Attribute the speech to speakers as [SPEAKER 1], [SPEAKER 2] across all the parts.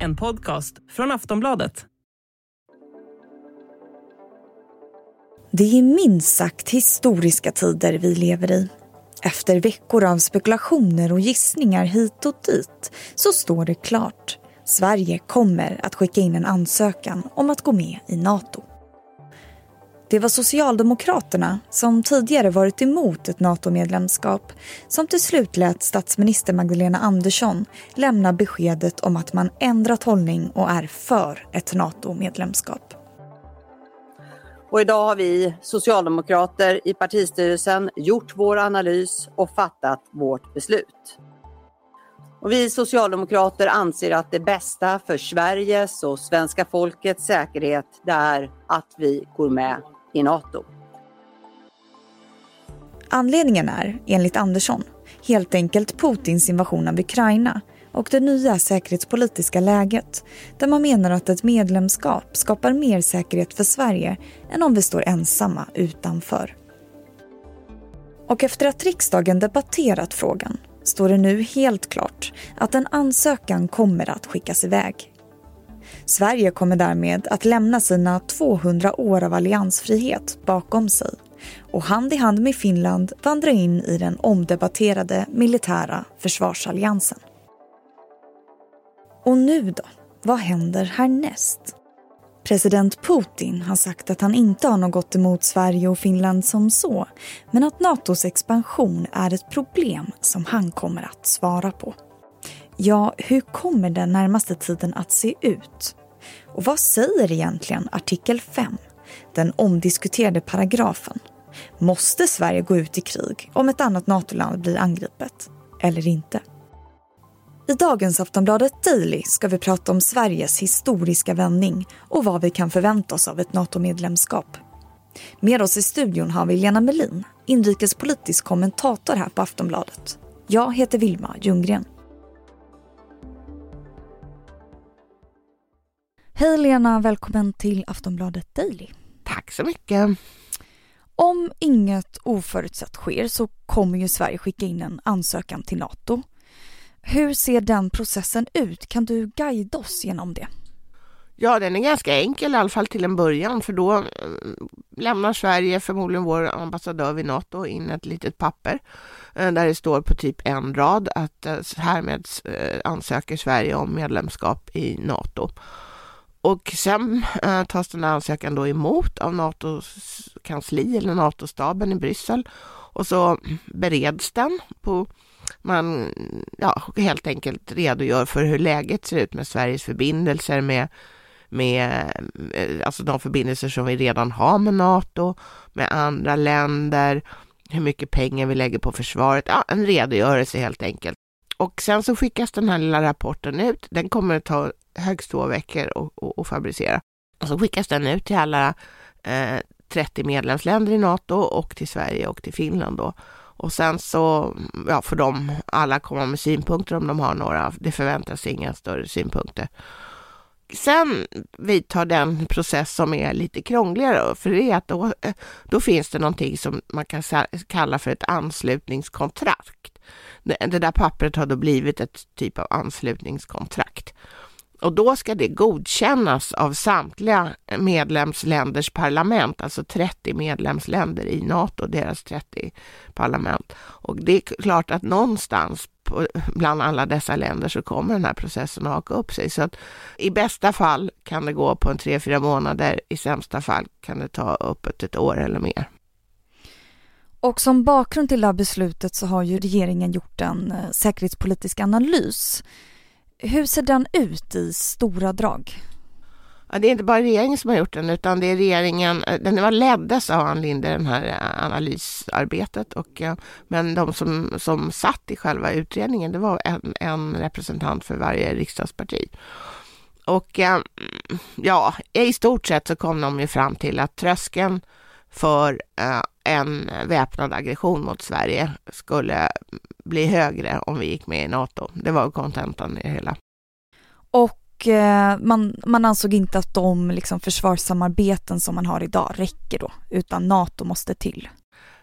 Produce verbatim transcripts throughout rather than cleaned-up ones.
[SPEAKER 1] En podcast från Aftonbladet.
[SPEAKER 2] Det är minst sagt historiska tider vi lever i. Efter veckor av spekulationer och gissningar hit och dit så står det klart. Sverige kommer att skicka in en ansökan om att gå med i NATO. Det var Socialdemokraterna, som tidigare varit emot ett NATO-medlemskap, som till slut lät statsminister Magdalena Andersson lämna beskedet om att man ändrat hållning och är för ett NATO-medlemskap.
[SPEAKER 3] Och idag har vi socialdemokrater i partistyrelsen gjort vår analys och fattat vårt beslut. Och vi socialdemokrater anser att det bästa för Sveriges och svenska folkets säkerhet det är att vi går med i NATO.
[SPEAKER 2] Anledningen är, enligt Andersson, helt enkelt Putins invasion av Ukraina och det nya säkerhetspolitiska läget, där man menar att ett medlemskap skapar mer säkerhet för Sverige än om vi står ensamma utanför. Och efter att riksdagen debatterat frågan står det nu helt klart att en ansökan kommer att skickas iväg. Sverige kommer därmed att lämna sina tvåhundra år av alliansfrihet bakom sig och hand i hand med Finland vandra in i den omdebatterade militära försvarsalliansen. Och nu då? Vad händer härnäst? President Putin har sagt att han inte har något emot Sverige och Finland som så, men att NATOs expansion är ett problem som han kommer att svara på. Ja, hur kommer den närmaste tiden att se ut? Och vad säger egentligen artikel fem, den omdiskuterade paragrafen? Måste Sverige gå ut i krig om ett annat NATO-land blir angripet? Eller inte? I dagens Aftonbladet Daily ska vi prata om Sveriges historiska vändning och vad vi kan förvänta oss av ett NATO-medlemskap. Med oss i studion har vi Lena Melin, inrikespolitisk kommentator här på Aftonbladet. Jag heter Vilma Ljunggren. Hej Lena, välkommen till Aftonbladet Daily.
[SPEAKER 4] Tack så mycket.
[SPEAKER 2] Om inget oförutsett sker så kommer ju Sverige skicka in en ansökan till NATO. Hur ser den processen ut? Kan du guida oss genom det?
[SPEAKER 4] Ja, den är ganska enkel i alla fall till en början, för då lämnar Sverige, förmodligen vår ambassadör vid NATO, in ett litet papper där det står på typ en rad att härmed ansöker Sverige om medlemskap i NATO. Och sen eh, tas den här ansökan då emot av NATOs kansli eller NATO-staben i Bryssel. Och så bereds den på, man ja, helt enkelt redogör för hur läget ser ut med Sveriges förbindelser med, med alltså de förbindelser som vi redan har med NATO, med andra länder, hur mycket pengar vi lägger på försvaret. Ja, en redogörelse helt enkelt. Och sen så skickas den här lilla rapporten ut. Den kommer att ta högst två veckor att fabricera. Och så skickas den ut till alla eh, trettio medlemsländer i NATO och till Sverige och till Finland då. Och sen så ja, får de alla komma med synpunkter om de har några. Det förväntas inga större synpunkter. Sen vidtar den process som är lite krångligare, för det är att då, då finns det någonting som man kan kalla för ett anslutningskontrakt. Det, det där pappret har då blivit ett typ av anslutningskontrakt. Och då ska det godkännas av samtliga medlemsländers parlament, alltså trettio medlemsländer i NATO, deras trettio parlament. Och det är klart att någonstans på, bland alla dessa länder så kommer den här processen att haka upp sig. Så att i bästa fall kan det gå på en tre, fyra månader, i sämsta fall kan det ta upp ett år eller mer.
[SPEAKER 2] Och som bakgrund till det här beslutet så har ju regeringen gjort en säkerhetspolitisk analys. Hur ser den ut i stora drag?
[SPEAKER 4] Ja, det är inte bara regeringen som har gjort den, utan det är regeringen, den var leddes av Ann Linde, den här analysarbetet, och, men de som, som satt i själva utredningen, det var en, en representant för varje riksdagsparti. Och ja, i stort sett så kom de ju fram till att tröskeln för en väpnad aggression mot Sverige skulle bli högre om vi gick med i NATO. Det var kontentan i det hela.
[SPEAKER 2] Och eh, man, man ansåg inte att de liksom, försvarssamarbeten som man har idag räcker då, utan NATO måste till.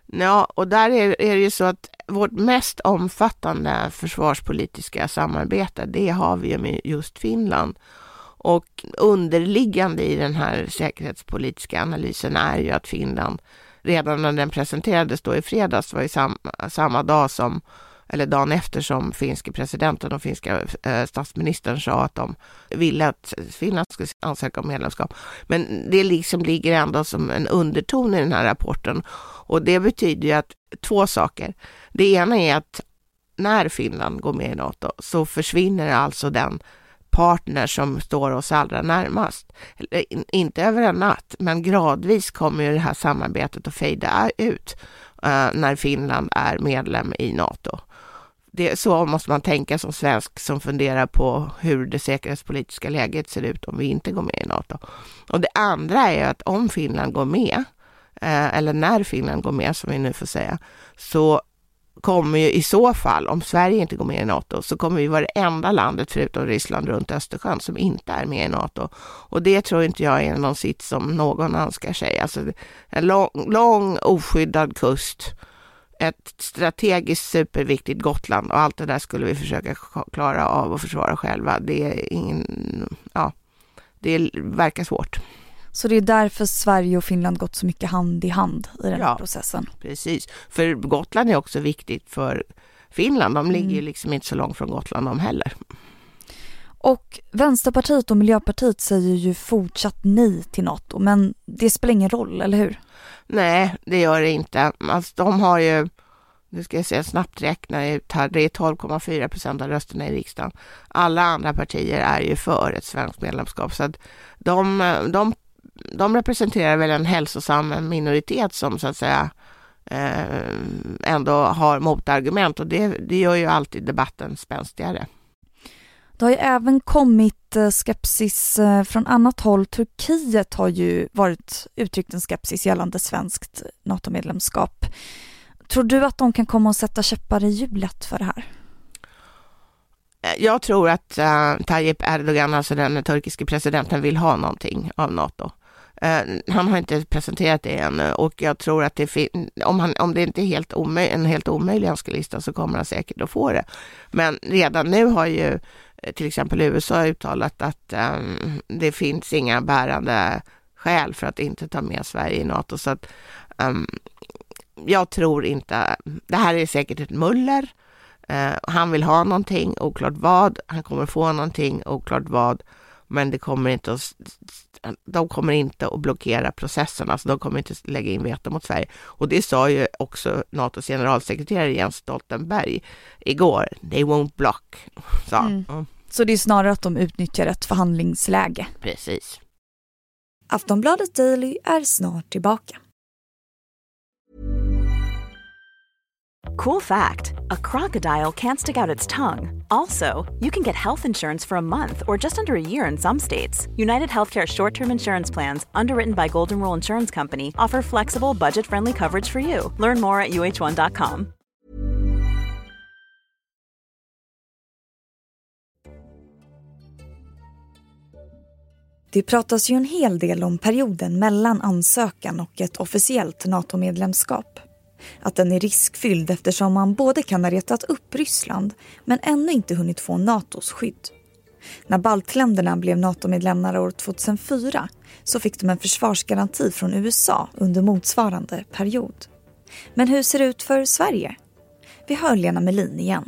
[SPEAKER 4] Ja, och där är, är det ju så att vårt mest omfattande försvarspolitiska samarbete, det har vi ju med just Finland. Och underliggande i den här säkerhetspolitiska analysen är ju att Finland, redan när den presenterades då i fredags, var i sam, samma dag som, eller dagen efter som finska presidenten och finska eh, statsministern sa att de ville att Finland skulle ansöka om medlemskap. Men det liksom ligger ändå som en underton i den här rapporten. Och det betyder ju att två saker. Det ena är att när Finland går med i NATO så försvinner alltså den partner som står oss allra närmast. Inte över en natt, men gradvis kommer ju det här samarbetet att fejda ut uh, när Finland är medlem i NATO. Det, så måste man tänka som svensk som funderar på hur det säkerhetspolitiska läget ser ut om vi inte går med i NATO. Och det andra är att om Finland går med, uh, eller när Finland går med som vi nu får säga, så kommer ju i så fall, om Sverige inte går med i NATO, så kommer vi vara det enda landet förutom Ryssland runt Östersjön som inte är med i NATO. Och det tror inte jag är någon sitt som någon önskar sig. Alltså en lång, lång oskyddad kust, ett strategiskt superviktigt Gotland och allt det där skulle vi försöka klara av och försvara själva. Det är ingen, ja, det verkar svårt.
[SPEAKER 2] Så det är därför Sverige och Finland gått så mycket hand i hand i den här
[SPEAKER 4] ja,
[SPEAKER 2] processen.
[SPEAKER 4] Precis. För Gotland är också viktigt för Finland. De ligger ju
[SPEAKER 2] mm.
[SPEAKER 4] liksom inte så långt från Gotland de heller.
[SPEAKER 2] Och Vänsterpartiet och Miljöpartiet säger ju fortsatt nej till NATO. Men det spelar ingen roll, eller hur?
[SPEAKER 4] Nej, det gör det inte. Alltså, de har ju, nu ska jag säga snabbt räkna ut här, det är tolv komma fyra procent av rösterna i riksdagen. Alla andra partier är ju för ett svenskt medlemskap. Så att de, de De representerar väl en hälsosam minoritet som så att säga eh, ändå har motargument och det, det gör ju alltid debatten spänstigare.
[SPEAKER 2] Det har ju även kommit skepsis från annat håll. Turkiet har ju varit uttryckt en skepsis gällande svenskt NATO-medlemskap. Tror du att de kan komma och sätta käppar i hjulet för det här?
[SPEAKER 4] Jag tror att uh, Tayyip Erdogan, alltså den turkiska presidenten, vill ha någonting av NATO. Uh, han har inte presenterat det ännu och jag tror att det fin- om, han, om det inte är helt omöj- en helt omöjlig önskelista så kommer han säkert att få det. Men redan nu har ju till exempel U S A uttalat att um, det finns inga bärande skäl för att inte ta med Sverige i NATO. Så att um, jag tror inte, det här är säkert ett muller. Uh, han vill ha någonting, oklart vad. Han kommer få någonting, oklart vad. Men det kommer inte att, de kommer inte att blockera processen. Alltså de kommer inte att lägga in veto mot Sverige. Och det sa ju också NATOs generalsekreterare Jens Stoltenberg igår. They won't block. Så,
[SPEAKER 2] mm. Mm. Så det är snarare att de utnyttjar ett förhandlingsläge.
[SPEAKER 4] Precis.
[SPEAKER 2] Aftonbladet Daily är snart tillbaka.
[SPEAKER 5] Cool fact, a crocodile can't stick out its tongue. Also, you can get health insurance for a month or just under a year in some states. United Healthcare short-term insurance plans, underwritten by Golden Rule Insurance Company, offer flexible, budget-friendly coverage for you. Learn more at U H one dot com.
[SPEAKER 2] Det pratas ju en hel del om perioden mellan ansökan och ett officiellt NATO-medlemskap. Att den är riskfylld eftersom man både kan ha retat upp Ryssland men ännu inte hunnit få NATOs skydd. När baltländerna blev NATO-medlemmar år tjugohundrafyra så fick de en försvarsgaranti från U S A under motsvarande period. Men hur ser det ut för Sverige? Vi hör Lena Melin igen.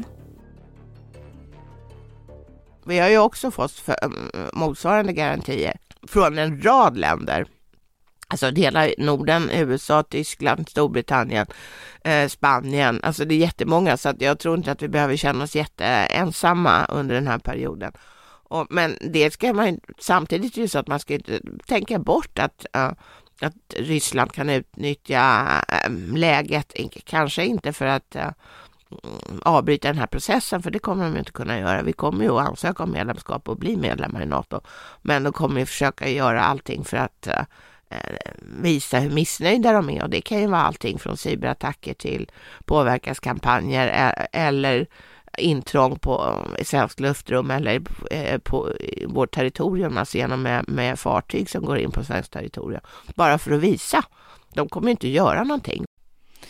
[SPEAKER 4] Vi har ju också fått för, motsvarande garantier från en rad länder. Alltså hela Norden, U S A, Tyskland, Storbritannien, eh, Spanien. Alltså det är jättemånga så att jag tror inte att vi behöver känna oss jätteensamma under den här perioden. Och, men det ska man samtidigt ju så att man ska inte tänka bort att, uh, att Ryssland kan utnyttja uh, läget. Kanske inte för att uh, avbryta den här processen, för det kommer de inte kunna göra. Vi kommer ju att ansöka om medlemskap och bli medlemmar i NATO. Men de kommer ju försöka göra allting för att uh, visa hur missnöjda de är, och det kan ju vara allting från cyberattacker till påverkanskampanjer eller intrång på svensk luftrum eller på vårt territorium, alltså genom med, med fartyg som går in på svenskt territorium, bara för att visa. De kommer inte göra någonting.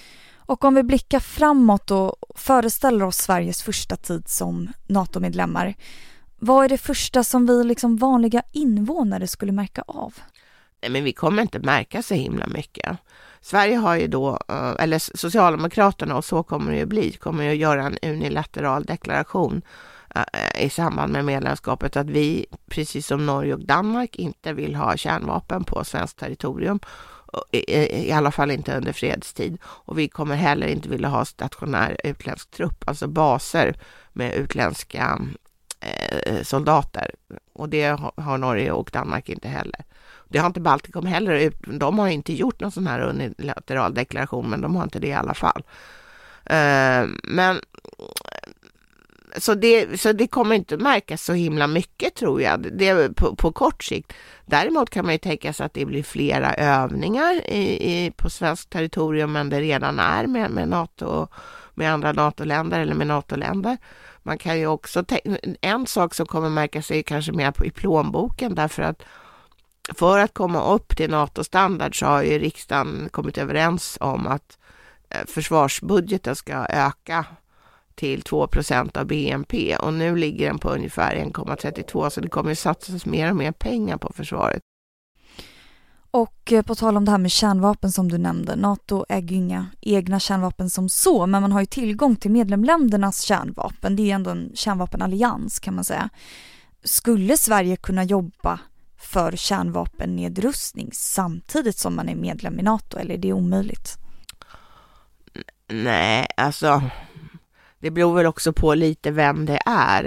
[SPEAKER 2] Och om vi blickar framåt och föreställer oss Sveriges första tid som NATO-medlemmar, vad är det första som vi liksom vanliga invånare skulle märka av?
[SPEAKER 4] Nej, men vi kommer inte märka så himla mycket. Sverige har ju då, eller Socialdemokraterna, och så kommer det ju bli, kommer ju att göra en unilateral deklaration i samband med medlemskapet att vi, precis som Norge och Danmark, inte vill ha kärnvapen på svenskt territorium. I, i alla fall inte under fredstid. Och vi kommer heller inte vilja ha stationär utländsk trupp, alltså baser med utländska eh, soldater. Och det har, har Norge och Danmark inte heller. Det har inte Baltikum heller. De har inte gjort någon sån här unilateral deklaration, men de har inte det i alla fall. Eh, men Så det, så det kommer inte märkas så himla mycket, tror jag, det är på, på kort sikt. Däremot kan man ju tänka sig att det blir flera övningar i, i, på svenskt territorium än det redan är med, med NATO, med andra NATO-länder eller med NATO-länder. Man kan ju också te- en sak som kommer märkas är kanske mer på, i plånboken, därför att för att komma upp till NATO-standard så har ju riksdagen kommit överens om att eh, försvarsbudgeten ska öka till två procent av B N P, och nu ligger den på ungefär en komma trettiotvå, så det kommer att satsas mer och mer pengar på försvaret.
[SPEAKER 2] Och på tal om det här med kärnvapen som du nämnde, NATO äger ju inga egna kärnvapen som så, men man har ju tillgång till medlemsländernas kärnvapen. Det är ändå en kärnvapenallians, kan man säga. Skulle Sverige kunna jobba för kärnvapennedrustning samtidigt som man är medlem i NATO, eller är det omöjligt?
[SPEAKER 4] Nej, alltså det beror väl också på lite vem det är.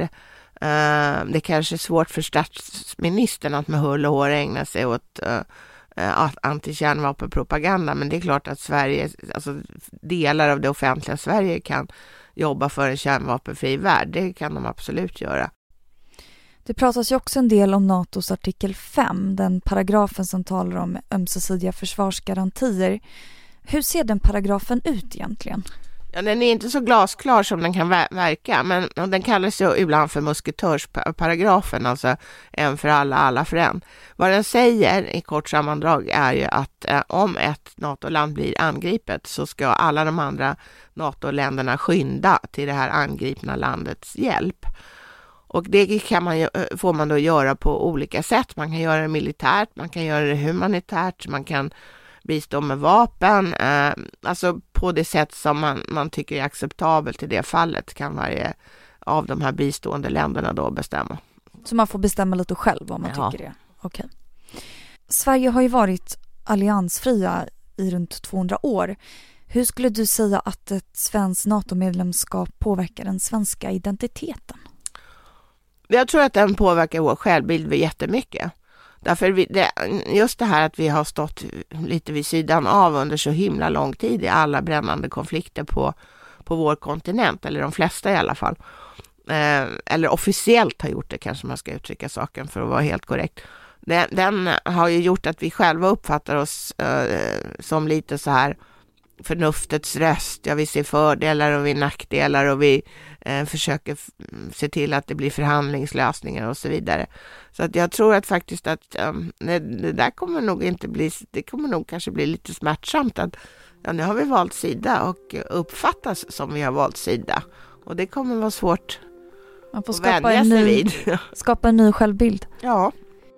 [SPEAKER 4] Uh, det kanske är svårt för statsministern att med hull och hår ägna sig åt uh, uh, antikärnvapenpropaganda, men det är klart att Sverige, alltså delar av det offentliga Sverige kan jobba för en kärnvapenfri värld. Det kan de absolut göra.
[SPEAKER 2] Det pratas ju också en del om NATOs artikel fem, den paragrafen som talar om ömsesidiga försvarsgarantier. Hur ser den paragrafen ut egentligen?
[SPEAKER 4] Ja, den är inte så glasklar som den kan verka, men den kallas ju ibland för musketörsparagrafen, alltså en för alla, alla för en. Vad den säger i kort sammandrag är ju att eh, om ett NATO-land blir angripet så ska alla de andra NATO-länderna skynda till det här angripna landets hjälp. Och det kan man ju, får man då göra på olika sätt. Man kan göra det militärt, man kan göra det humanitärt, man kan bistå med vapen, eh, alltså på det sätt som man, man tycker är acceptabelt i det fallet kan varje av de här bistående länderna då bestämma.
[SPEAKER 2] Så man får bestämma lite själv om man
[SPEAKER 4] ja.
[SPEAKER 2] tycker det? Okej. Sverige har ju varit alliansfria i runt tvåhundra år. Hur skulle du säga att ett svenskt NATO-medlemskap påverkar den svenska identiteten?
[SPEAKER 4] Jag tror att den påverkar vår självbild jättemycket. Därför vi, det, just det här att vi har stått lite vid sidan av under så himla lång tid i alla brännande konflikter på, på vår kontinent, eller de flesta i alla fall. Eh, eller officiellt har gjort det, kanske man ska uttrycka saken för att vara helt korrekt. Den, den har ju gjort att vi själva uppfattar oss eh, som lite så här förnuftets röst. Ja, vi ser fördelar och vi nackdelar och vi eh, försöker f- se till att det blir förhandlingslösningar och så vidare. Så att jag tror att faktiskt att um, det, det där kommer nog inte bli, det kommer nog kanske bli lite smärtsamt att ja, nu har vi valt sida och uppfattas som vi har valt sida. Och det kommer vara svårt
[SPEAKER 2] Man får
[SPEAKER 4] att
[SPEAKER 2] skapa
[SPEAKER 4] vänja
[SPEAKER 2] en
[SPEAKER 4] sig
[SPEAKER 2] ny,
[SPEAKER 4] vid.
[SPEAKER 2] skapa en ny självbild.
[SPEAKER 4] Ja.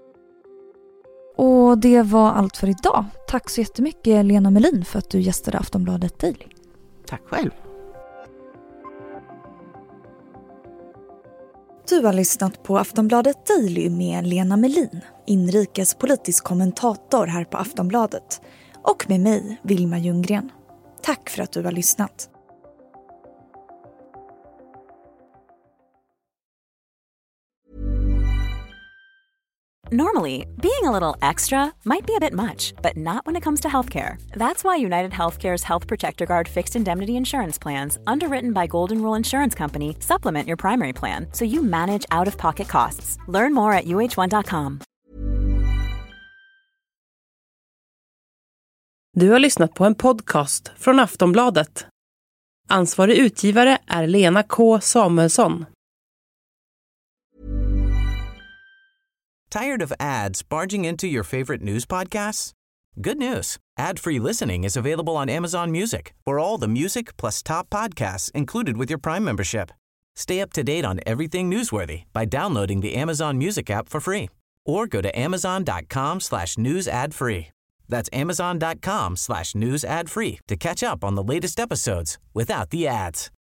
[SPEAKER 2] Och det var allt för idag. Tack så jättemycket Lena Melin för att du gästade Aftonbladet Daily.
[SPEAKER 4] Tack själv.
[SPEAKER 2] Du har lyssnat på Aftonbladet Daily med Lena Melin, inrikespolitisk kommentator här på Aftonbladet. Och med mig, Vilma Ljunggren. Tack för att du har lyssnat.
[SPEAKER 5] Normally, being a little extra might be a bit much, but not when it comes to healthcare. That's why United Healthcare's Health Protector Guard fixed indemnity insurance plans, underwritten by Golden Rule Insurance Company, supplement your primary plan so you manage out-of-pocket costs. Learn more at U H one dot com.
[SPEAKER 1] Du har lyssnat på en podcast från Aftonbladet. Ansvarig utgivare är Lena K. Samuelsson.
[SPEAKER 6] Tired of ads barging into your favorite news podcasts? Good news. Ad-free listening is available on Amazon Music for all the music plus top podcasts included with your Prime membership. Stay up to date on everything newsworthy by downloading the Amazon Music app for free or go to amazon.com slash news ad free. That's amazon.com slash news ad free to catch up on the latest episodes without the ads.